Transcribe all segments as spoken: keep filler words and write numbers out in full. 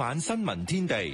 晚新聞天地，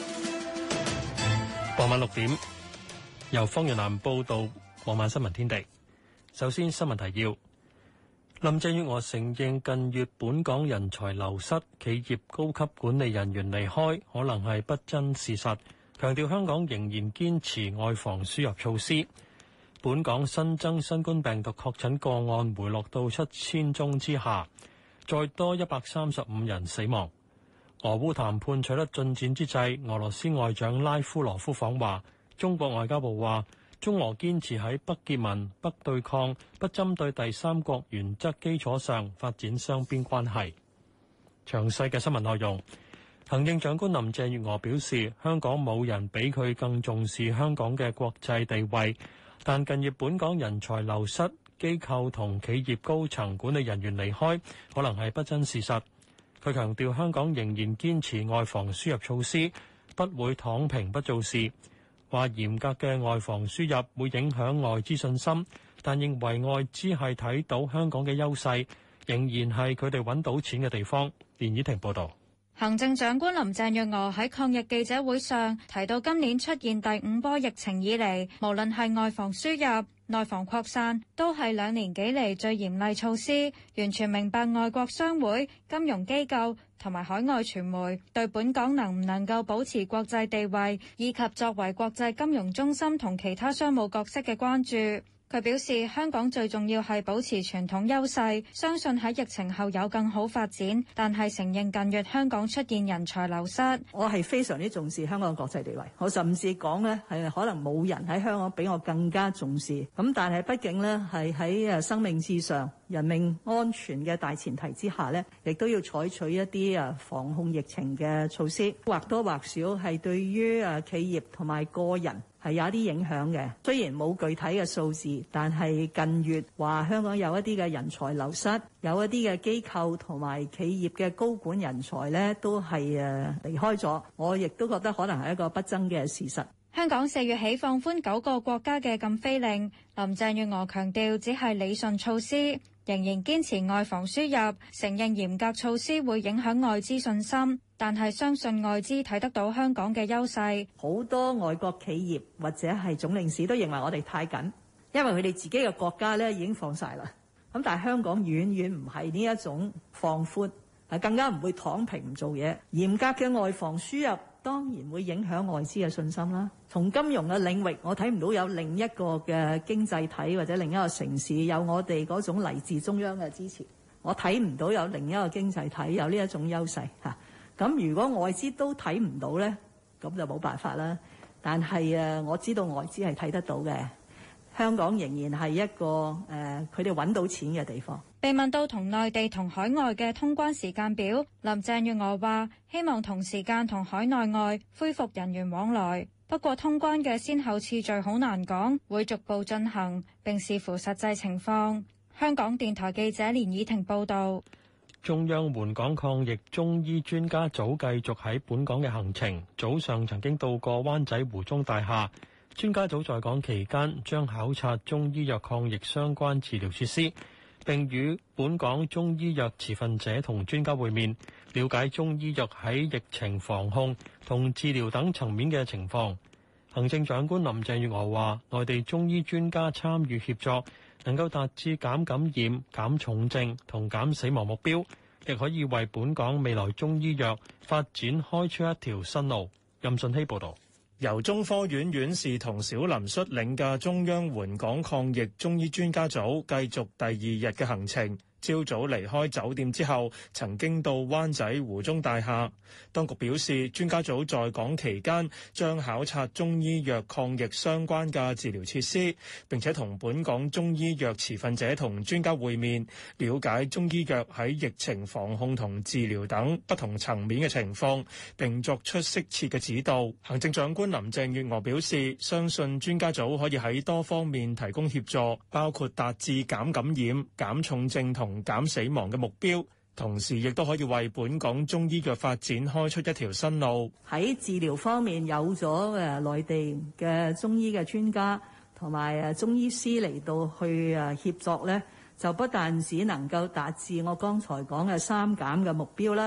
傍晚六點由方若南報道。傍晚新聞天地，首先新聞提要。林鄭月娥承認近月本港人才流失，企業高級管理人員離開可能係不爭事實，強調香港仍然堅持外防輸入措施。本港新增新冠病毒確診個案回落到七千宗之下，再多一百三十五人死亡。俄烏談判取得進展之際，俄羅斯外長拉夫羅夫訪華。中國外交部話，中俄堅持喺不結盟、不對抗、不針對第三國原則基礎上發展雙邊關係。詳細嘅新聞內容，行政長官林鄭月娥表示，香港冇人比佢更重視香港嘅國際地位，但近月本港人才流失，機構同企業高層管理人員離開，可能係不爭事實。佢強調香港仍然堅持外防輸入措施，不會躺平不做事。話嚴格嘅外防輸入會影響外資信心，但認為外資係睇到香港嘅優勢，仍然係佢哋揾到錢嘅地方。連倚婷報導。 行政長官林鄭月娥喺抗疫記者會上提到，今年出現第五波疫情以嚟，無論係外防輸入、內防擴散，都係兩年幾嚟最嚴厲措施。完全明白外國商會、金融機構同埋海外傳媒對本港能唔能夠保持國際地位，以及作為國際金融中心同其他商務角色嘅關注。佢表示，香港最重要係保持傳統優勢，相信喺疫情後有更好發展，但係承認近月香港出現人才流失。 我係非常之重視香港嘅國際地位，我甚至講呢係可能冇人喺香港比我更加重視。咁但係畢竟呢係喺誒生命至上、人命安全嘅大前提之下呢，亦都要採取一啲誒防控疫情嘅措施，或多或少係對於誒企業同埋個人係有一啲影響嘅。雖然冇具體嘅數字，但係近月話香港有一啲嘅人才流失，有一啲嘅機構同埋企業嘅高管人才呢都係誒離開咗。我亦都覺得可能係一個不爭嘅事實。 香港四月起放寬九個國家嘅禁飛令，林鄭月娥強調只係理順措施，仍然堅持外防輸入，承認嚴格措施會影響外資信心，但係相信外資睇得到香港嘅優勢。 好多外國企業或者係總領事都認為我哋太緊，因為佢哋自己嘅國家咧已經放晒啦。咁但係香港遠遠唔係呢一種放寬，係更加唔會躺平唔做嘢。嚴格嘅外防輸入當然會影響外資嘅信心啦。從金融嘅領域，我睇唔到有另一個嘅經濟體或者另一個城市有我哋嗰種嚟自中央嘅支持。我睇唔到有另一個經濟體有呢一種優勢嚇。咁如果外資都睇唔到咧，咁就冇辦法啦。但係誒，我知道外資係睇得到嘅。香港仍然係一個誒，佢哋揾到錢嘅地方。 被問到同內地同海外嘅通關時間表，林鄭月娥話希望同時間同海內外恢復人員往來。不過通關嘅先後次序好難講，會逐步進行並視乎實際情況。香港電台記者連倚婷報導。 中央援港抗疫中醫專家組繼續喺本港嘅行程，早上曾經到過灣仔湖中大廈。專家組在港期間將考察中醫藥抗疫相關治療設施，並與本港中醫藥持份者同專家會面，了解中醫藥喺疫情防控同治療等層面嘅情況。行政長官林鄭月娥話，內地中醫專家參與協作，能夠達至減感染、減重症同減死亡目標，亦可以為本港未來中醫藥發展開出一條新路。任信希報導。 由中科院院士同小林率領嘅中央援港抗疫中醫專家組繼續第二日嘅行程。朝早離開酒店之後，曾經到灣仔湖中大廈。當局表示，專家組在港期間將考察中醫藥抗疫相關嘅治療設施，並且同本港中醫藥持份者同專家會面，了解中醫藥喺疫情防控同治療等不同層面嘅情況，並作出適切嘅指導。行政長官林鄭月娥表示，相信專家組可以喺多方面提供協助，包括達至減感染、減重症同減死亡嘅目標，同時亦都可以為本港中醫藥發展開出一條新路。 喺治療方面有咗誒內地嘅中醫嘅專家同埋誒中醫師嚟到去誒協作咧，就不但只能夠達至我剛才講嘅三減嘅目標啦，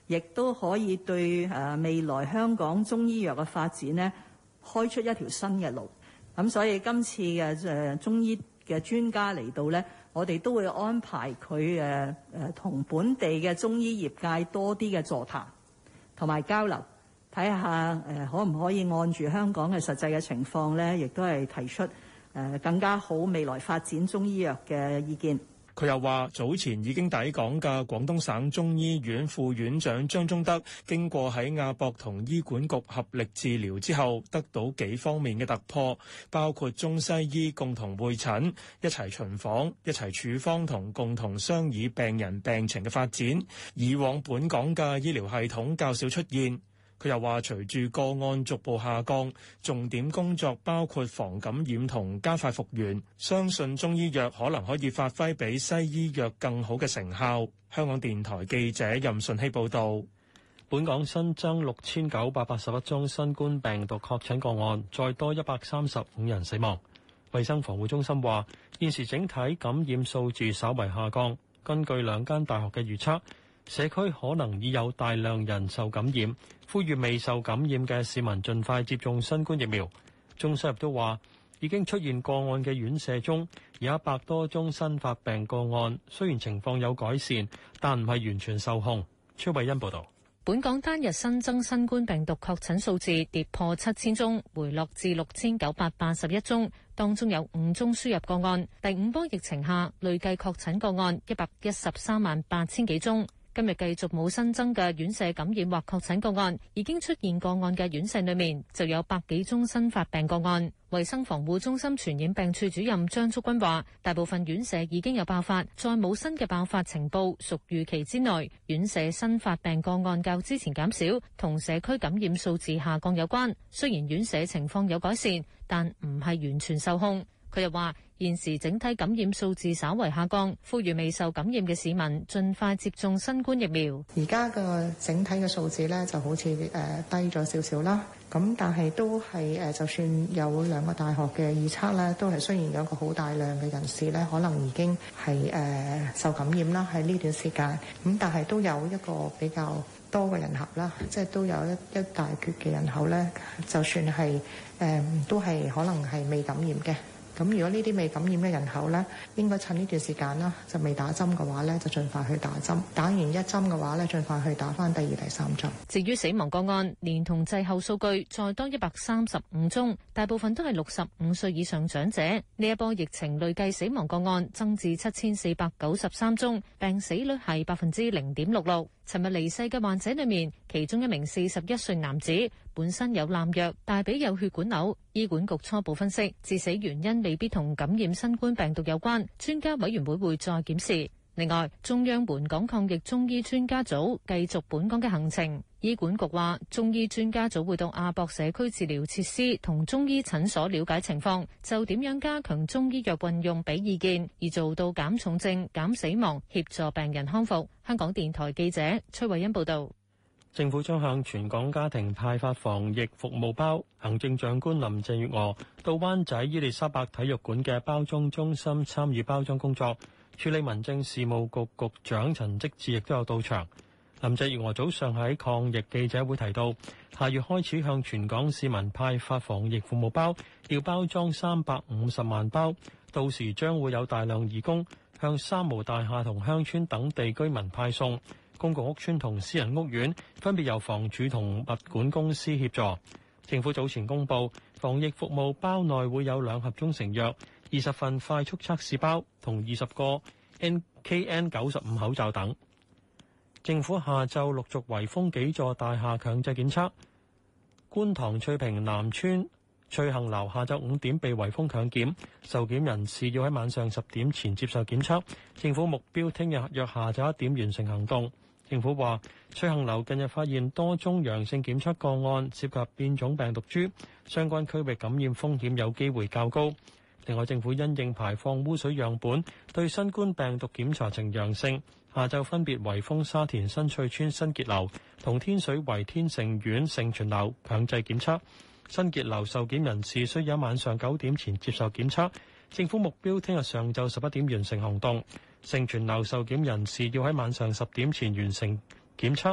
亦都可以對誒未來香港中醫藥嘅發展呢開出一條新嘅路。咁所以今次嘅誒中醫嘅專家嚟到呢，我哋都會安排佢誒誒同本地嘅中醫業界多啲嘅座談同埋交流，睇下誒可唔可以按住香港嘅實際嘅情況呢，亦都係提出誒更加好未來發展中醫藥嘅意見。 佢又話：早前已經抵港嘅廣東省中醫院副院長張忠德，經過喺亞博同醫管局合力治療之後，得到幾方面嘅突破，包括中西醫共同會診、一齊巡訪、一齊處方同共同商議病人病情嘅發展。以往本港嘅醫療系統較少出現。佢又話：隨住個案逐步下降，重點工作包括防感染同加快復原，相信中醫藥可能可以發揮比西醫藥更好嘅成效。香港電台記者任順希報導。 本港新增六千九百八十一宗新冠病毒確診個案，再多一百三十五人死亡。衛生防護中心話，現時整體感染數字稍為下降。根據兩間大學嘅預測，社區可能已有大量人受感染，呼籲未受感染嘅市民盡快接種新冠疫苗。中西入都話，已經出現個案嘅院舍中有一百多宗新發病個案，雖然情況有改善，但唔係完全受控。崔慧欣報導。 本港單日新增新冠病毒確診數字跌破七千宗，回落至六千九百八十一宗，當中有五宗輸入個案。第五波疫情下，累計確診個案一百一十三萬八千幾宗。今日繼續冇新增嘅院舍感染或確診個案，已經出現個案嘅院舍裏面就有百幾宗新發病個案。衛生防護中心傳染病處主任張竹君話，大部分院舍已經有爆發，再冇新嘅爆發情報，屬預期之內。院舍新發病個案較之前減少，同社區感染數字下降有關。雖然院舍情況有改善，但唔係完全受控。佢又話，現時整體感染數字稍為下降，呼籲未受感染嘅市民盡快接種新冠疫苗。 而家嘅整體嘅數字咧就好似誒低咗少少啦，咁但係都係誒，就算有兩個大學嘅預測咧，都係雖然有一個好大量嘅人士咧，可能已經係誒受感染啦，喺呢段時間，咁但係都有一個比較多嘅人口啦，即係都有一一大橛嘅人口咧，就算係誒都係可能係未感染嘅。咁如果呢啲未感染嘅人口呢，應該趁呢段時間啦，就未打針嘅話呢，就盡快去打針。打完一針嘅話呢，盡快去打返第二、第三針。 至於死亡個案，連同滯後數據，再多一百三十五宗，大部分都係六十五歲以上長者。呢一波疫情累計死亡個案增至七千四百九十三宗，病死率係百分之零點六六。尋日離世嘅患者裏面，其中一名四十一歲男子本身有濫藥，大髀有血管瘤。醫管局初步分析，致死原因未必同感染新冠病毒有關，專家委員會會再檢視。另外，中央援港抗疫中醫專家組繼續本港嘅行程。醫管局話，中醫專家組會到亞博社區治療設施同中醫診所了解情況，就點樣加強中醫藥運用俾意見，而做到減重症、減死亡，協助病人康復。香港電台記者崔慧欣報道。 政府將向全港家庭派發防疫服務包。行政長官林鄭月娥到灣仔伊利沙伯體育館嘅包裝中心參與包裝工作，處理民政事務局局長陳積志亦都有到場。林鄭月娥早上喺抗疫記者會提到，下月開始向全港市民派發防疫服務包，要包裝三百五十萬包，到時將會有大量義工向三無大廈同鄉村等地居民派送。公共屋邨同私人屋苑分別由房署同物管公司協助。政府早前公布，防疫服務包內會有兩盒中成藥、二十份快速測試包同二十個 N K N 九十五口罩等。政府下晝陸續圍封幾座大廈強制檢測。觀塘翠屏南村翠杏樓下晝五點被圍封強檢，受檢人士要喺晚上十點前接受檢測。政府目標聽日約下晝一點完成行動。政府話，翠杏樓近日發現多宗陽性檢測個案，涉及變種病毒株，相關區域感染風險有機會較高。另外，政府因應排放污水樣本對新冠病毒檢查呈陽性，下晝分別圍封沙田新翠邨新傑樓同天水圍天盛苑盛全樓強制檢測。新傑樓受檢人士需要喺晚上九點前接受檢測，政府目標聽日上晝十一點完成行動。盛全樓受檢人士要喺晚上十點前完成檢測，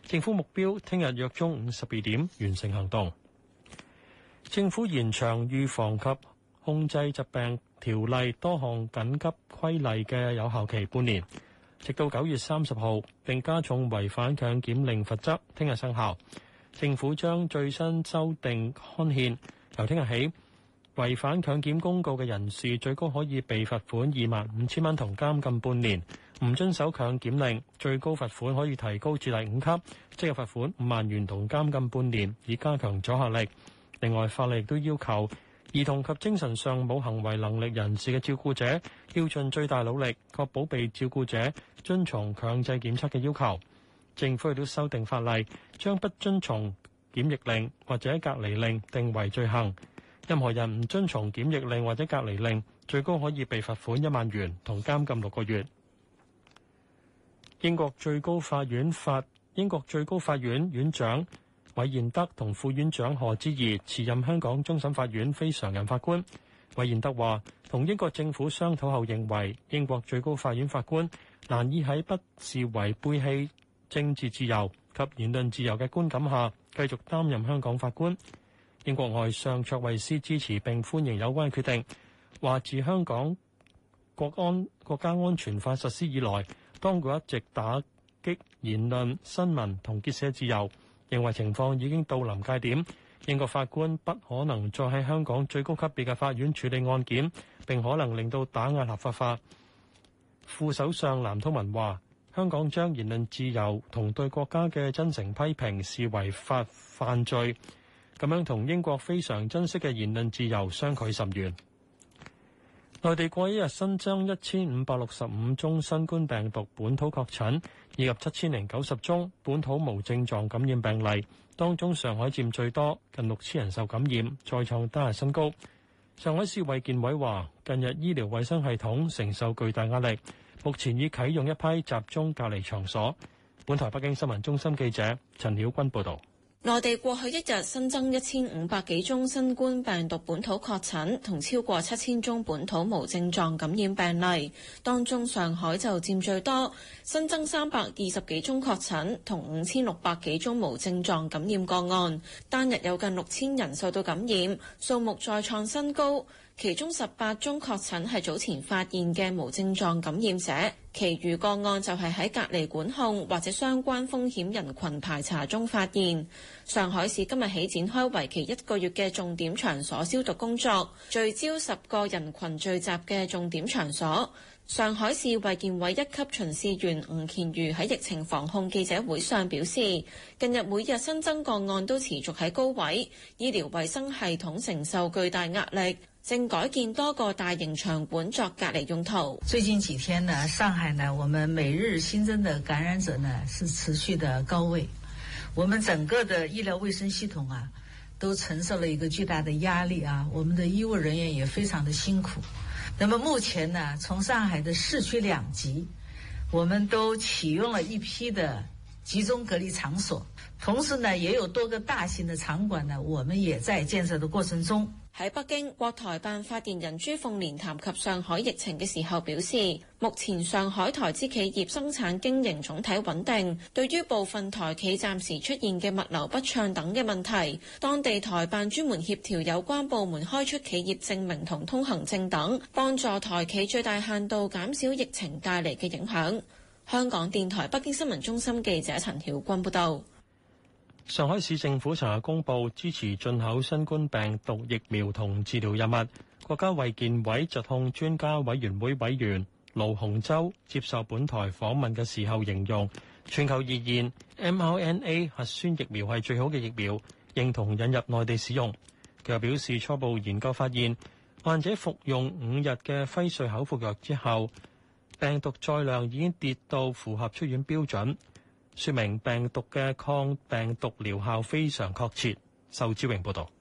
政府目標聽日約中午十二點完成行動。政府延長預防及控制疾病條例多項緊急規例嘅有效期半年，直到九月三十號，並加重違反強檢令罰則，聽日生效。政府將最新修訂刊憲，由聽日起，違反強檢公告嘅人士最高可以被罰款二萬五千蚊同監禁半年。唔遵守強檢令，最高罰款可以提高至第五級，即係罰款五萬元同監禁半年，以加強阻嚇力。另外，法例亦都要求兒童及精神上冇行為能力人士嘅照顧者要盡最大努力，確保被照顧者遵從強制檢測嘅要求。政府亦都修訂法例，將不遵從檢疫令或者隔離令定為罪行。任何人唔遵從檢疫令或者隔離令，最高可以被罰款一萬元同監禁六個月。英國最高法院法英國最高法院院長韋彥德同副院長賀知義辭任香港終審法院非常任法官。韋彥德話：同英國政府商討後，認為英國最高法院法官難以喺不視為背棄政治自由及言論自由嘅觀感下，繼續擔任香港法官。英國外相卓慧思支持並歡迎有關決定，話自香港國安國家安全法實施以來，當局一直打擊言論、新聞同結社自由，認為情況已經到臨界點。英國法官不可能再喺香港最高級別嘅法院處理案件，並可能令到打壓合法化。副首相藍韜文話：香港將言論自由同對國家嘅真誠批評視為法犯罪，咁樣同英國非常珍惜嘅言論自由相距甚遠。內地過一日新增一千五百六十五宗新冠病毒本土確診，以及七千零九十宗本土無症狀感染病例，當中上海佔最多，近六千人受感染，再創單日新高。上海市衛健委話，近日醫療衛生系統承受巨大壓力，目前已啟用一批集中隔離場所。本台北京新聞中心記者陳曉君報導。 內地過去一日新增一千五百幾宗新冠病毒本土確診，同超過七千宗本土無症狀感染病例，當中上海就佔最多，新增三百二十幾宗確診，同五千六百幾宗無症狀感染個案，單日有近六千人受到感染，數目再創新高。其中十八宗確診係早前發現嘅無症狀感染者，其餘個案就係喺隔離管控或者相關風險人群排查中發現。上海市今日起展開為期一個月嘅重點場所消毒工作，聚焦十個人群聚集嘅重點場所。上海市衛健委一級巡視員吳乾渝喺疫情防控記者會上表示，近日每日新增個案都持續喺高位，醫療衛生系統承受巨大壓力，正改建多個大型場館作隔離用途。 最近幾天呢，上海呢，我們每日新增的感染者呢是持續的高位，我們整個的醫療衛生系統啊，都承受了一個巨大的壓力啊，我們的醫務人員也非常的辛苦。那麼目前呢，從上海的市區兩級，我們都啟用了一批的集中隔離場所，同時呢，也有多個大型的場館呢，我們也在建設的過程中。 喺北京，國台辦發言人朱鳳蓮談及上海疫情嘅時候表示，目前上海台資企業生產經營總體穩定，對於部分台企暫時出現嘅物流不暢等嘅問題，當地台辦專門協調有關部門開出企業證明同通行證等，幫助台企最大限度減少疫情帶嚟嘅影響。香港電台北京新聞中心記者陳曉君報道。 上海市政府尋日公布支持進口新冠病毒疫苗同治療藥物。國家衛健委疾控專家委員會委員盧洪洲接受本台訪問嘅時候形容，全球而言 M R N A 核酸疫苗係最好嘅疫苗，認同引入內地使用。佢又表示，初步研究發現，患者服用五日嘅輝瑞口服藥之後，病毒載量已經跌到符合出院標準，說明病毒嘅抗病毒療效非常確切。仇志榮報導。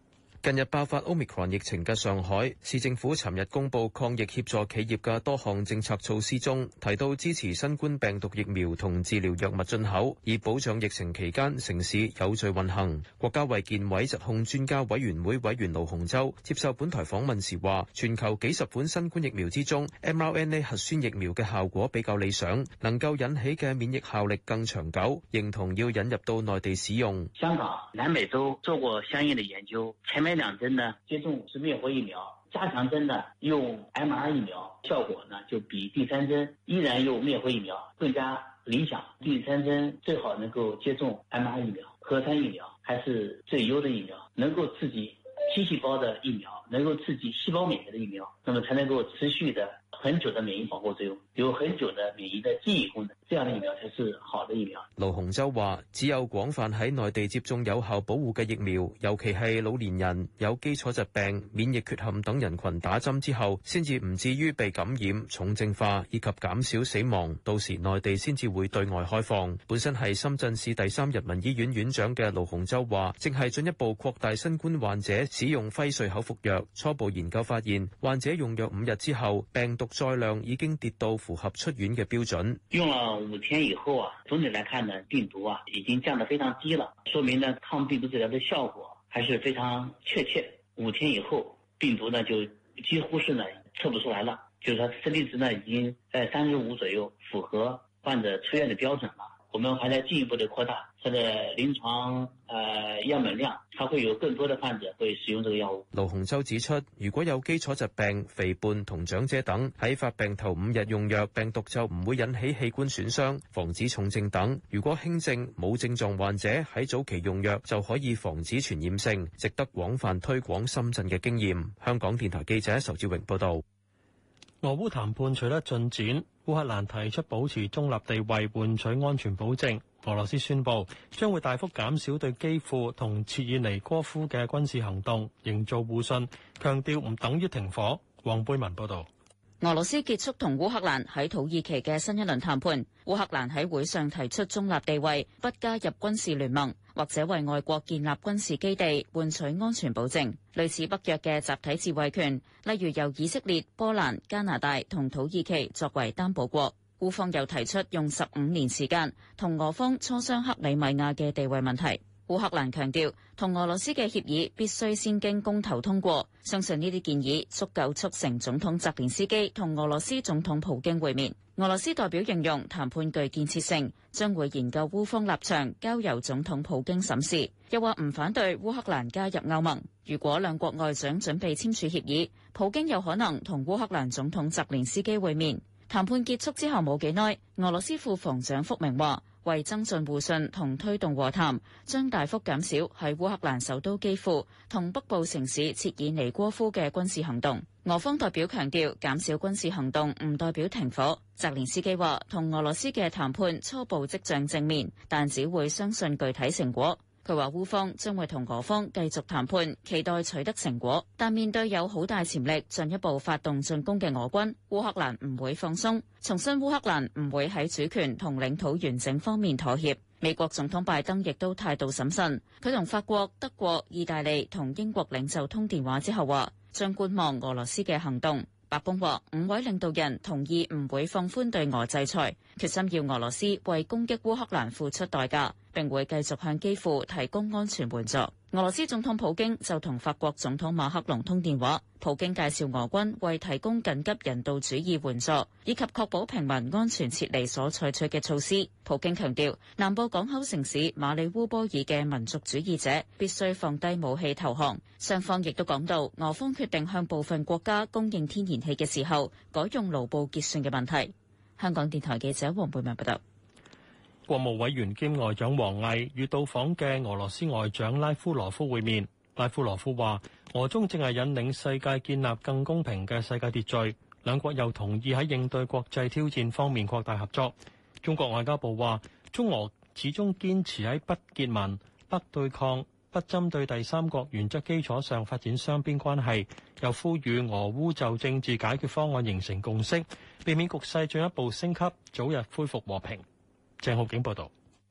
近日爆發 Omicron 疫情嘅上海市政府尋日公布抗疫協助企業嘅多項政策措施中，提到支持新冠病毒疫苗同治療藥物進口，以保障疫情期間城市有序運行。國家衛健委疾控專家委員會委員盧洪洲接受本台訪問時話，全球幾十款新冠疫苗之中 ，M R N A 核酸疫苗嘅效果比較理想，能夠引起嘅免疫效力更長久，認同要引入到內地使用。 香港、南美洲做過相應的研究，前面兩針呢接種是滅活疫苗，加強針呢用 M R 疫苗，效果呢就比第三針依然用滅活疫苗更加理想。第三針最好能夠接種 M R 疫苗，核酸疫苗還是最優的疫苗，能夠刺激 T 細胞的疫苗，能夠刺激細胞免疫的疫苗，那麼才能夠持續的很久的免疫保護作用，有很久的免疫的記憶功能，這樣的疫苗才是好的疫苗。 盧洪洲話，只有廣泛喺內地接種有效保護嘅疫苗，尤其係老年人、有基礎疾病、免疫缺陷等人群打針之後，先至唔至於被感染、重症化以及減少死亡，到時內地先至會對外開放。本身係深圳市第三人民醫院院長嘅盧洪洲話，正係進一步擴大新冠患者使用輝瑞口服藥，初步研究發現，患者用藥五日之後，病毒載量已經跌到符合出院嘅標準。 用了五天以後啊，總體來看呢，病毒啊已經降得非常低了，說明呢抗病毒治療的效果還是非常確切。五天以後，病毒呢就幾乎是呢測不出來了，就是它 C 值呢已經在三十五左右，符合患者出院的標準了。我們還在進一步的擴大它的臨床呃樣本量，它會有更多的患者會使用這個藥物。 盧洪洲指出，如果有基礎疾病、肥胖同長者等喺發病頭五日用藥，病毒就唔會引起器官損傷，防止重症等。如果輕症冇症狀患者喺早期用藥就可以防止傳染性，值得廣泛推廣深圳嘅經驗。香港電台記者仇志榮報道。 俄烏談判取得進展，烏克蘭提出保持中立地位，換取安全保證。俄羅斯宣布將會大幅減少對基輔同切爾尼戈夫嘅軍事行動，營造互信，強調唔等於停火。黃貝文報導。 俄羅斯結束同烏克蘭喺土耳其嘅新一輪談判。烏克蘭喺會上提出中立地位，不加入軍事聯盟，或者為外國建立軍事基地，換取安全保證。類似北約嘅集體自衛權，例如由以色列、波蘭、加拿大同土耳其作為擔保國。烏方又提出用十五年時間同俄方磋商克里米亞嘅地位問題。烏克蘭強調，同俄羅斯嘅協議必須先經公投通過，相信呢啲建議足夠促成總統澤連斯基同俄羅斯總統普京會面。俄羅斯代表形容談判具建設性，將會研究烏方立場，交由總統普京審視。又話唔反對烏克蘭加入歐盟。如果兩國外長準備簽署協議，普京有可能同烏克蘭總統澤連斯基會面。談判結束之後冇幾耐，俄羅斯副防長福明話，為增進互信同推動和談，將大幅減少喺烏克蘭首都基輔同北部城市切爾尼戈夫嘅軍事行動。俄方代表強調，減少軍事行動唔代表停火。澤連斯基話，同俄羅斯嘅談判初步跡象正面，但只會相信具體成果。佢話烏方將會同俄方繼續談判，期待取得成果，但面對有好大潛力進一步發動進攻嘅俄軍，烏克蘭唔會放鬆，重申烏克蘭唔會喺主權同領土完整方面妥協。美國總統拜登亦都態度審慎，佢同法國、德國、意大利同英國領袖通電話之後話，將觀望俄羅斯嘅行動。白宮話五位領導人同意唔會放寬對俄制裁，決心要俄羅斯為攻擊烏克蘭付出代價，並會繼續向基輔提供安全援助。俄羅斯總統普京就同法國總統馬克龍通電話，普京介紹俄軍為提供緊急人道主義援助以及確保平民安全撤離所採取嘅措施。普京強調，南部港口城市馬里烏波爾嘅民族主義者必須放低武器投降。雙方亦都講到，俄方決定向部分國家供應天然氣嘅時候，改用盧布結算嘅問題。香港電台記者黃貝文報道。 國務委員兼外長王毅與到訪嘅俄羅斯外長拉夫羅夫會面。拉夫羅夫話，俄中正係引領世界建立更公平嘅世界秩序。兩國又同意喺應對國際挑戰方面擴大合作。中國外交部話，中俄始終堅持喺不結盟、不對抗、不針對第三國原則基礎上發展雙邊關係，又呼籲俄烏就政治解決方案形成共識，避免局勢進一步升級，早日恢復和平。鄭浩景報道。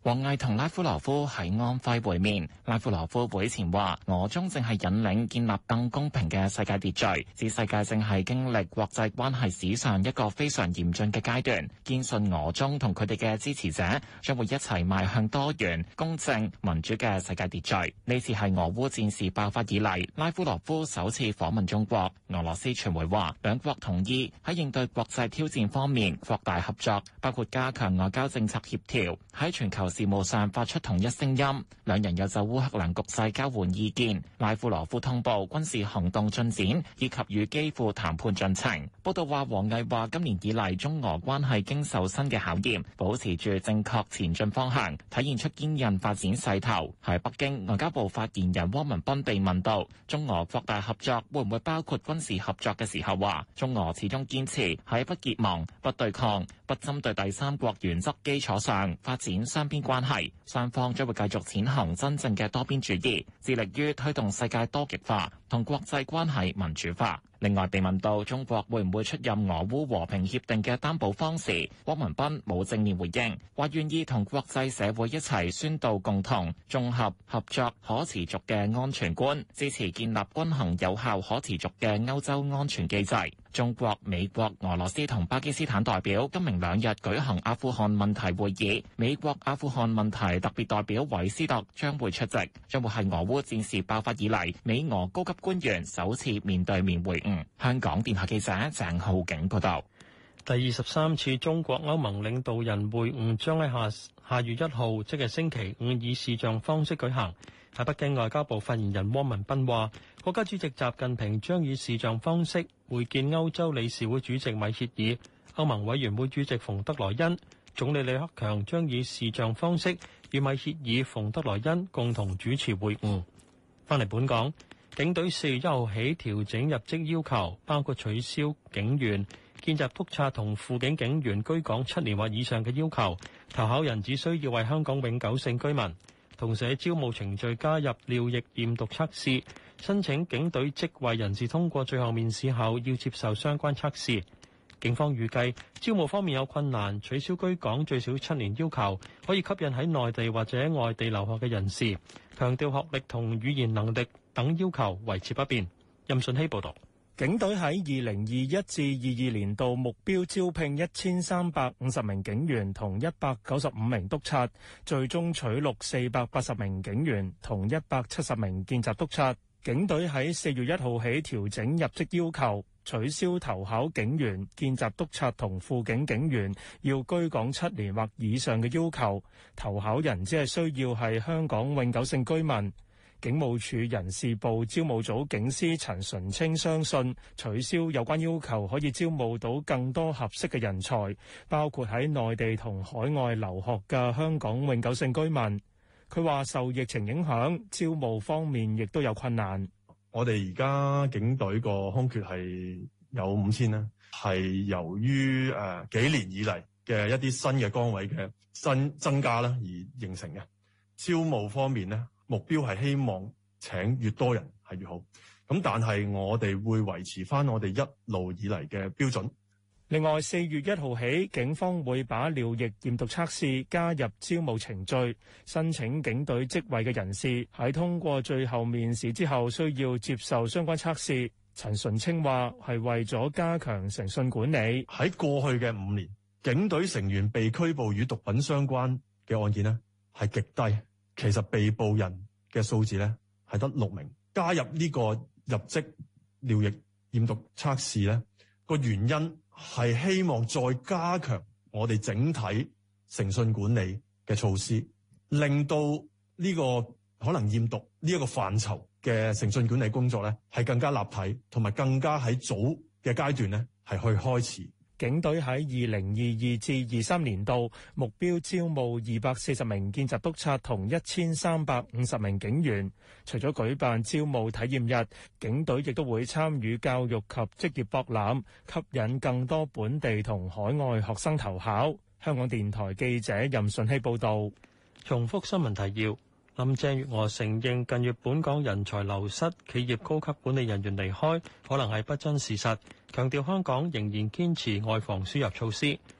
王毅同拉夫羅夫喺安徽會面，拉夫羅夫會前話俄中正係引領建立更公平嘅世界秩序，指世界正係經歷國際關係史上一個非常嚴峻嘅階段，堅信俄中同佢哋嘅支持者將會一齊邁向多元、公正、民主嘅世界秩序。呢次係俄烏戰事爆發以嚟，拉夫羅夫首次訪問中國。俄羅斯傳媒話，兩國同意喺應對國際挑戰方面擴大合作，包括加強外交政策協調，喺全球事務上發出同一聲音。兩人又就烏克蘭局勢交換意見。拉夫羅夫通報軍事行動進展以及與基輔談判進程。報道話，王毅話今年以嚟中俄關係經受新嘅考驗，保持住正確前進方向，體現出堅韌發展勢頭。喺北京，外交部發言人汪文斌被問到中俄擴大合作會唔會包括軍事合作嘅時候，話中俄始終堅持喺不結盟、不對抗、不針對第三國原則基礎上發展雙邊關係，雙方將會繼續踐行真正嘅多邊主義，致力於推動世界多極化同國際關係民主化。另外被問到中國會唔會出任俄烏和平協定嘅擔保方時，汪文斌冇正面回應，話願意同國際社會一齊宣導共同、綜合、合作、可持續嘅安全觀，支持建立均衡有效可持續嘅歐洲安全機制。中國、美國、俄羅斯同巴基斯坦代表今明兩日舉行阿富汗問題會議，美國阿富汗問題特別代表韋斯特將會出席，將會係俄烏戰事爆發以嚟美俄高級官員首次面對面會晤。香港電台記者鄭浩景報道。 第二十三次中國歐盟領導人會晤將喺下下月一號，即係星期五，以視像方式舉行。喺北京，外交部發言人汪文斌話，國家主席習近平將以視像方式會見歐洲理事會主席米歇爾、歐盟委員會主席馮德萊恩，總理李克強將以視像方式與米歇爾、馮德萊恩共同主持會晤。翻嚟本港，警隊四月一號起調整入職要求，包括取消警員、見習督察同輔警警員居港七年或以上嘅要求，投考人只需要為香港永久性居民。同時喺招募程序加入尿液驗毒測試，申請警隊職位人士通過最後面試後要接受相關測試。警方預計招募方面有困難，取消居港最少七年要求，可以吸引喺內地或者外地留學嘅人士，強調學歷同語言能力等要求維持不變。任信希報導。 警隊喺二零二一至二二年度目標招聘一千三百五十名警員同一百九十五名督察，最終取錄四百八十名警員同一百七十名見習督察。警隊喺四月一號起調整入職要求，取消投考警員、見習督察同輔警警員要居港七年或以上嘅要求，投考人只係需要係香港永久性居民。警務處人事部招募組警司陳純清相信，取消有關要求可以招募到更多合適嘅人才，包括喺內地同海外留學嘅香港永久性居民。佢話受疫情影響，招募方面亦都有困難。 我哋而家警隊個空缺係有五千啦，係由於誒、呃、幾年以嚟嘅一啲新嘅崗位嘅新增加啦而形成嘅。招募方面咧，目標係希望請越多人係越好，咁但係我哋會維持翻我哋一路以嚟嘅標準。 另外，四月一號起，警方會把尿液驗毒測試加入招募程序，申請警隊職位嘅人士喺通過最後面試之後，需要接受相關測試。陳純清話係為咗加強誠信管理。 喺過去嘅五年，警隊成員被拘捕與毒品相關嘅案件呢係極低。其實被捕人嘅數字咧係得六名。加入呢個入職尿液驗毒測試咧，個原因係希望再加強我哋整體誠信管理嘅措施，令到呢個可能驗毒呢一個範疇嘅誠信管理工作咧係更加立體，同埋更加喺早嘅階段咧係去開始。 警隊喺二零二二至二三年度目標招募二百四十名見習督察同一千三百五十名警員。除咗舉辦招募體驗日，警隊亦都會參與教育及職業博覽，吸引更多本地同海外學生投考。香港電台記者任順希報導。 重複新聞提要。林鄭月娥承認近月本港人才流失，企業高級管理人員離開可能係不爭事實，強調香港仍然堅持外防輸入措施。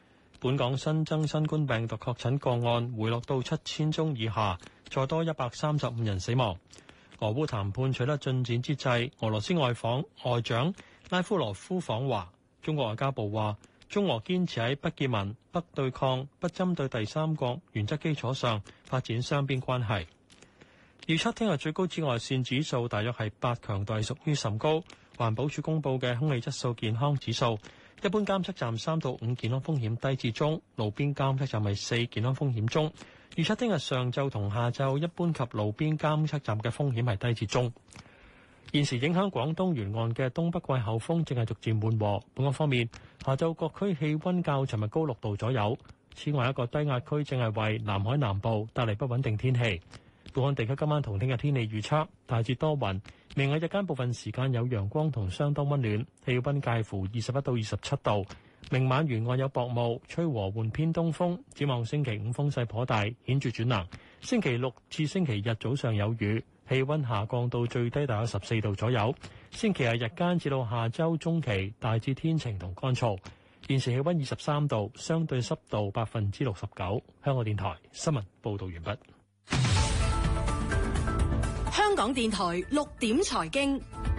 本港新增新冠病毒確診個案回落到七千宗以下，再多一百三十五人死亡。俄烏談判取得進展之際，俄羅斯外訪外長拉夫羅夫訪華。中國外交部話，中俄堅持喺不結盟、不對抗、不針對第三國原則基礎上發展雙邊關係。預測聽日最高紫外線指數大約係八，強度屬於甚高。環保署公佈嘅空氣質素健康指數，一般監測站三到五健康風險低至中，路邊監測站係四健康風險中。預測聽日上晝同下晝一般及路邊監測站嘅風險係低至中。現時影響廣東沿岸嘅東北季候風正係逐漸緩和。本港方面，下晝各區氣温較尋日高六度左右。此外，一個低壓區正係為南海南部帶嚟不穩定天氣。本港地區今晚同聽日天氣預測大致多雲，明日日間部分時間有陽光同相當温暖，氣温介乎二十一到二十七度。明晚沿岸有薄霧，吹和緩偏東風。展望星期五風勢頗大，顯著轉冷。星期六至星期日早上有雨，氣温下降到最低大約十四度左右。星期日日間至到下週中期大致天晴同乾燥。現時氣温二十三度，相對濕度百分之六十九。香港電台新聞報導完畢。 香港電台六點財經，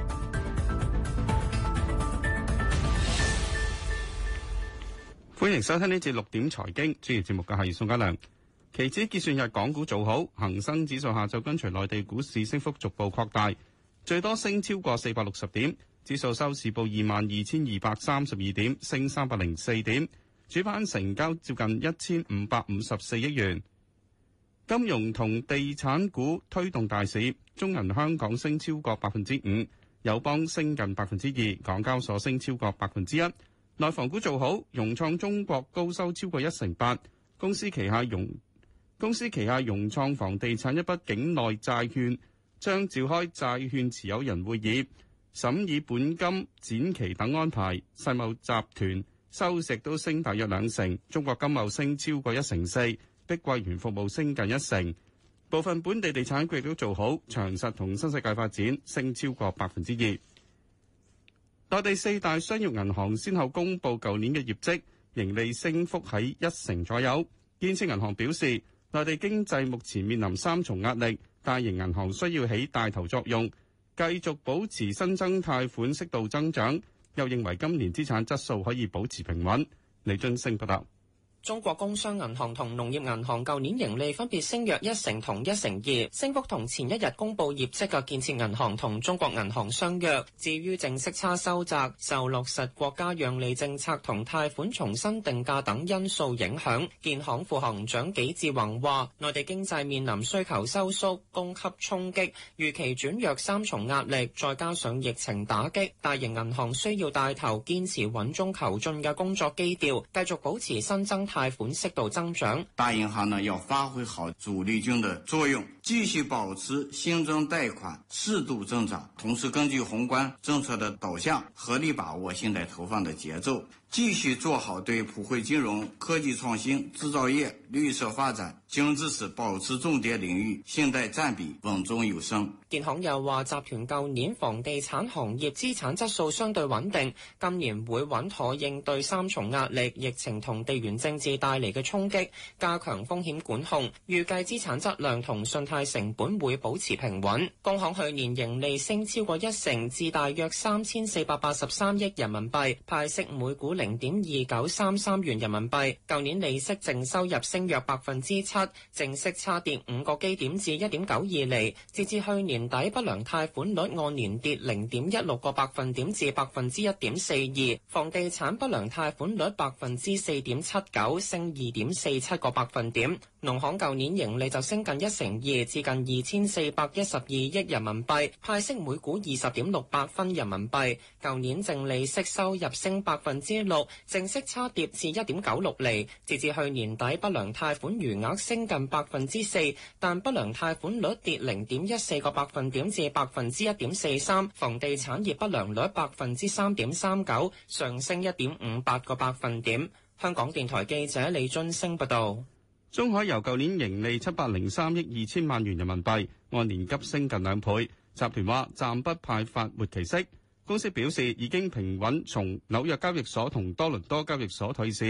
歡迎收聽呢節六點財經。主持節目嘅係宋家良。期指結算日，港股做好，恒生指數下晝跟隨內地股市升幅逐步擴大，最多升超過四百六十點，指數收市報二萬二千二百三十二點，升三百零四點，主板成交接近一千五百五十四億元。金融同地產股推動大市，中銀香港升超過百分之五，友邦升近百分之二，港交所升超過百分之一。內房股做好，融創中國高收超過一成八，公司旗下融公司旗下融創房地產一筆境內債券將召開債券持有人會議，審議本金、展期等安排。世茂集團收息都升大約兩成，中國金茂升超過一成四，碧桂園服務升近一成。部分本地地產股亦都做好，長實同新世界發展升超過百分之二。內地四大商業銀行先後公布舊年嘅業績，盈利升幅喺一成左右。建設銀行表示，內地經濟目前面臨三重壓力，大型銀行需要起帶頭作用，繼續保持新增貸款適度增長。又認為今年資產質素可以保持平穩。李津升報道。 中國工商銀行同農業銀行舊年盈利分別升約一成同一成二，升幅同前一日公布業績嘅建設銀行同中國銀行相若。至於淨息差收窄，受落實國家讓利政策同貸款重新定價等因素影響。建行副行長紀志宏話，內地經濟面臨需求收縮、供給衝擊、預期轉弱三重壓力，再加上疫情打擊，大型銀行需要帶頭堅持穩中求進嘅工作基調，繼續保持新增貸款適度增長。 大銀行呢要發揮好主力軍的作用，繼續保持新增貸款適度增長，同時根據宏觀政策的導向，合理把握信貸投放的節奏，繼續做好對普惠金融、科技創新、製造業、綠色發展、金融支持保持重點領域信貸佔比穩中有升。 建行又話，集團舊年房地產行業資產質素相對穩定，今年會穩妥應對三重壓力、疫情同地緣政治帶嚟嘅衝擊，加強風險管控，預計資產質量同信貸成本會保持平穩。工行去年盈利升超過一成，至大約三千四百八十三億人民幣，派息每股零點二九三三元人民幣。舊年利息淨收入升約百分之七，淨息差跌五個基點至一點九二厘。截至去年底，不良貸款率按年跌零點一六個百分點至百分之一點四二。房地產不良貸款率百分之四點七九，升二點四七個百分點。農行舊年盈利就升近一成二，至近二千四百一十二億人民幣，派息每股二十點六八分人民幣。舊年淨利息收入升百分之六，淨息差跌至一點九六厘。截至去年底，不良貸款餘額升近百分之四，但不良貸款率跌零點一四個百分點至百分之一點四三。房地產業不良率百分之三點三九，上升一點五八個百分點。香港電台記者李津升報道。 中海油舊年盈利七百零三億二千萬元人民幣，按年急升近兩倍。集團話暫不派發末期息。公司表示已經平穩從紐約交易所同多倫多交易所退市，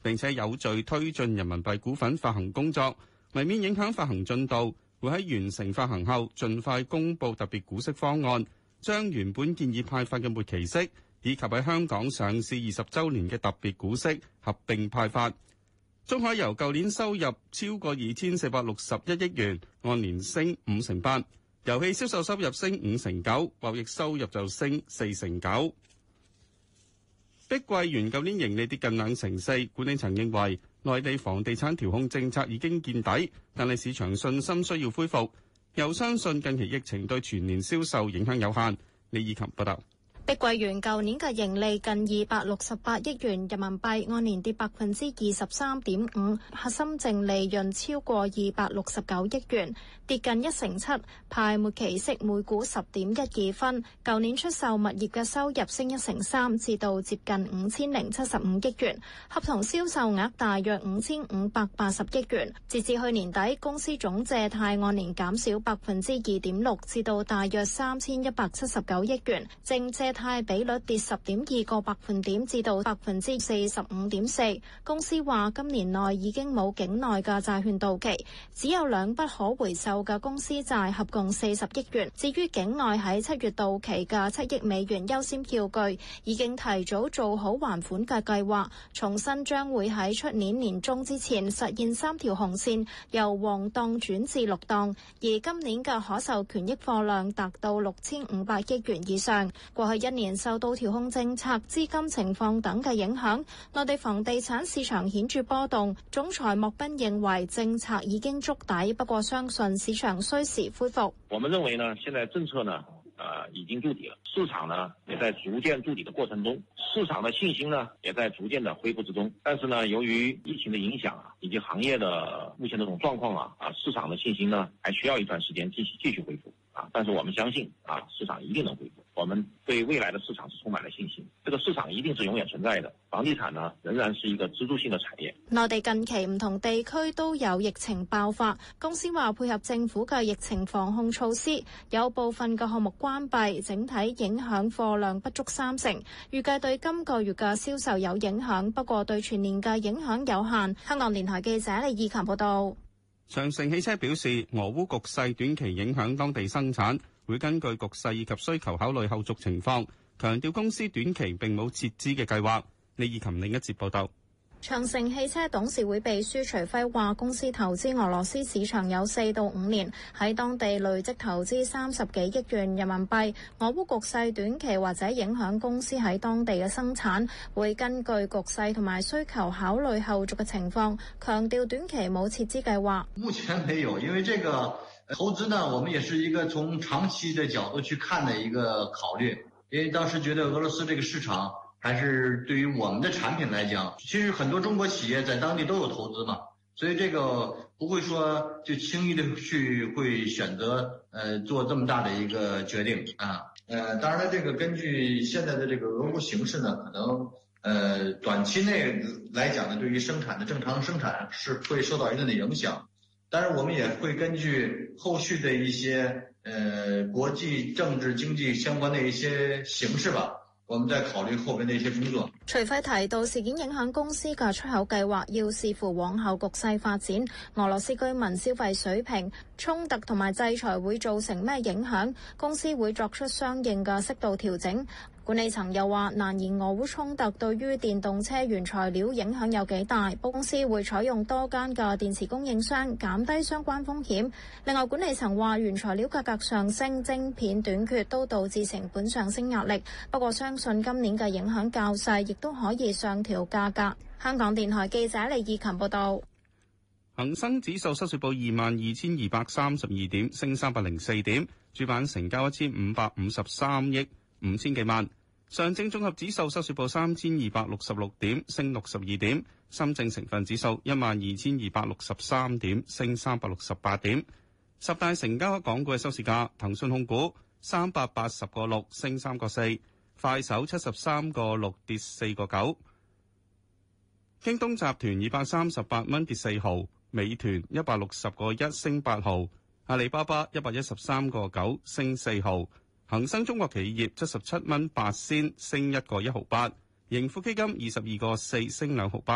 並且有序推進人民幣股份發行工作，為免影響發行進度，會喺完成發行後盡快公佈特別股息方案，將原本建議派發嘅末期息以及喺香港上市二十週年嘅特別股息合併派發。中海油舊年收入超過二千四百六十一億元，按年升五成八，油氣銷售收入升五成九，貿易收入就升四成九。碧桂園舊年盈利跌近兩成四，管理層認為內地房地產調控政策已經見底，但係市場信心需要恢復，又相信近期疫情對全年銷售影響有限。李以琴報道。 碧桂園舊年嘅盈利近二百六十八億元人民幣，按年跌百分之二十三點五，核心淨利潤超過二百六十九億元，跌近一成七，派末期息每股十點一二分。舊年出售物業嘅收入升一成三，至到接近五千零七十五億元，合同銷售額大約五千五百八十億元。截至去年底，公司總借貸按年減少百分之二點六，至到大約三千一百七十九億元，淨借貸比率跌十點二個百分點至到百分之四十五點四。公司話今年內已經冇境內嘅債券到期，只有兩筆可回購嘅公司債合共四十億元。至於境內喺七月到期嘅七億美元優先票據，已經提早做好還款嘅計劃，重新將會喺出年年中之前實現三條紅線由黃檔轉至綠檔，而今年嘅可售權益貨量達到六千五百億元以上。過去一年受到調控政策、資金情況等嘅影響，內地房地產市場顯著波動。總裁莫斌認為政策已經築底，不過相信市場需時恢復。 我們認為呢，現在政策呢，呃，已經築底了，市場呢也在逐漸築底的過程中，市場的信心呢也在逐漸的恢復之中。但是呢，由於疫情的影響啊，以及行業的目前這種狀況啊，啊，市場的信心呢還需要一段時間繼續繼續恢復啊。但是我們相信啊，市場一定能恢復。我們對未來的市場是充滿了信心，這個市場一定是永遠存在的。房地產呢，仍然是一個支柱性的產業。 內地近期唔同地區都有疫情爆發，公司話配合政府嘅疫情防控措施，有部分嘅項目關閉，整體影響貨量不足三成。預計對今個月嘅銷售有影響，不過對全年嘅影響有限。香港電台記者李義琴報道。 長城汽車表示，俄烏局勢短期影響當地生產，會根據局勢以及需求考慮後續情況，強調公司短期並冇撤資嘅計劃。李義琴另一節報道。 長城汽車董事會秘書徐輝話，公司投資俄羅斯市場有四到五年，喺當地累積投資三十幾億元人民幣。俄烏局勢短期或者影響公司喺當地嘅生產，會根據局勢同埋需求考慮後續嘅情況，強調短期冇撤資計劃。 目前沒有，因為這個投資呢，我們也是一個從長期的角度去看的一個考慮，因為當時覺得俄羅斯這個市場還是對於我們的產品來講，其實很多中國企業在當地都有投資嘛，所以這個不會說就輕易的去會選擇呃做這麼大的一個決定啊。呃，當然了，這個根據現在的這個俄烏形勢呢，可能呃短期內來講呢，對於生產的正常生產是會受到一定的影響，但是我們也會根據後續的一些呃國際政治經濟相關的一些形勢吧，我們再考慮後邊的一些工作。 徐輝提到，事件影響公司嘅出口計劃，要視乎往後局勢發展，俄羅斯居民消費水平、衝突同埋制裁會造成咩影響，公司會作出相應嘅適度調整。管理層又話，難言俄烏衝突對於電動車原材料影響有幾大，公司會採用多間嘅電池供應商，減低相關風險。另外，管理層話，原材料價格上升、晶片短缺都導致成本上升壓力，不過相信今年嘅影響較細，亦都可以上調價格。香港電台記者李義琴報道。 恒生指數收市報二萬二千二百三十二點，升三百零四點，主板成交一千五百五十三億五千幾萬。上證綜合指數收市報三千二百六十六點，升六十二點。深證成分指數一萬二千二百六十三點，升三百六十八點。十大成交港股嘅收市價：騰訊控股三百八十個六，升三個四；快手七十三個六，跌四個九；京東集團二百三十八蚊，跌四毫；美團一百六十個一，升八毫；阿里巴巴一百一十三個九，升四毫。恒生中國企業七十七蚊八仙，升一個一毫八；盈富基金二十二個四，升兩毫八；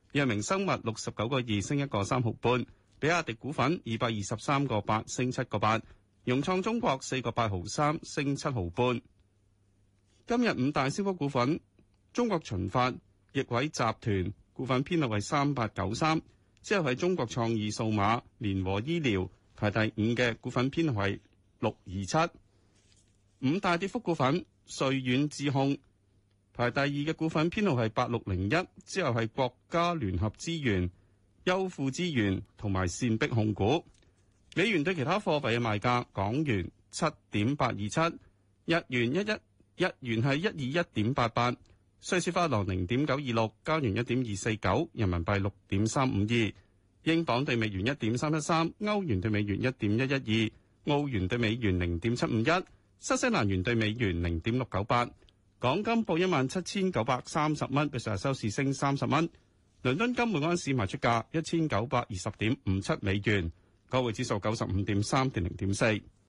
藥明生物六十九個二升一個三毫半，比亞迪股份二百二十三個八升七個八，融創中國四個八毫三升七毫半。今日五大升幅股份：中國巡發、易偉集團股份編號為三八九三，之後係中國創意數碼、聯和醫療排第五嘅股份編號為六二七。五大跌幅股份：瑞遠智控排第二嘅股份編號係八六零一，之後係國家聯合資源、優富資源同埋善碧控股。美元對其他貨幣嘅賣價：港元七點八二七，日元一一。日元係一二一點八八，瑞士法郎零點九二六，加元一點二四九，人民幣六點三五二，英鎊對美元一點三一三，歐元對美元一點一一二，澳元對美元零點七五一，新西蘭元對美元零點六九八。港金報一萬七千九百三十蚊，比上日收市升三十蚊。倫敦金每安士賣出價一千九百二十點五七美元，港匯指數九十五點三跌零點四。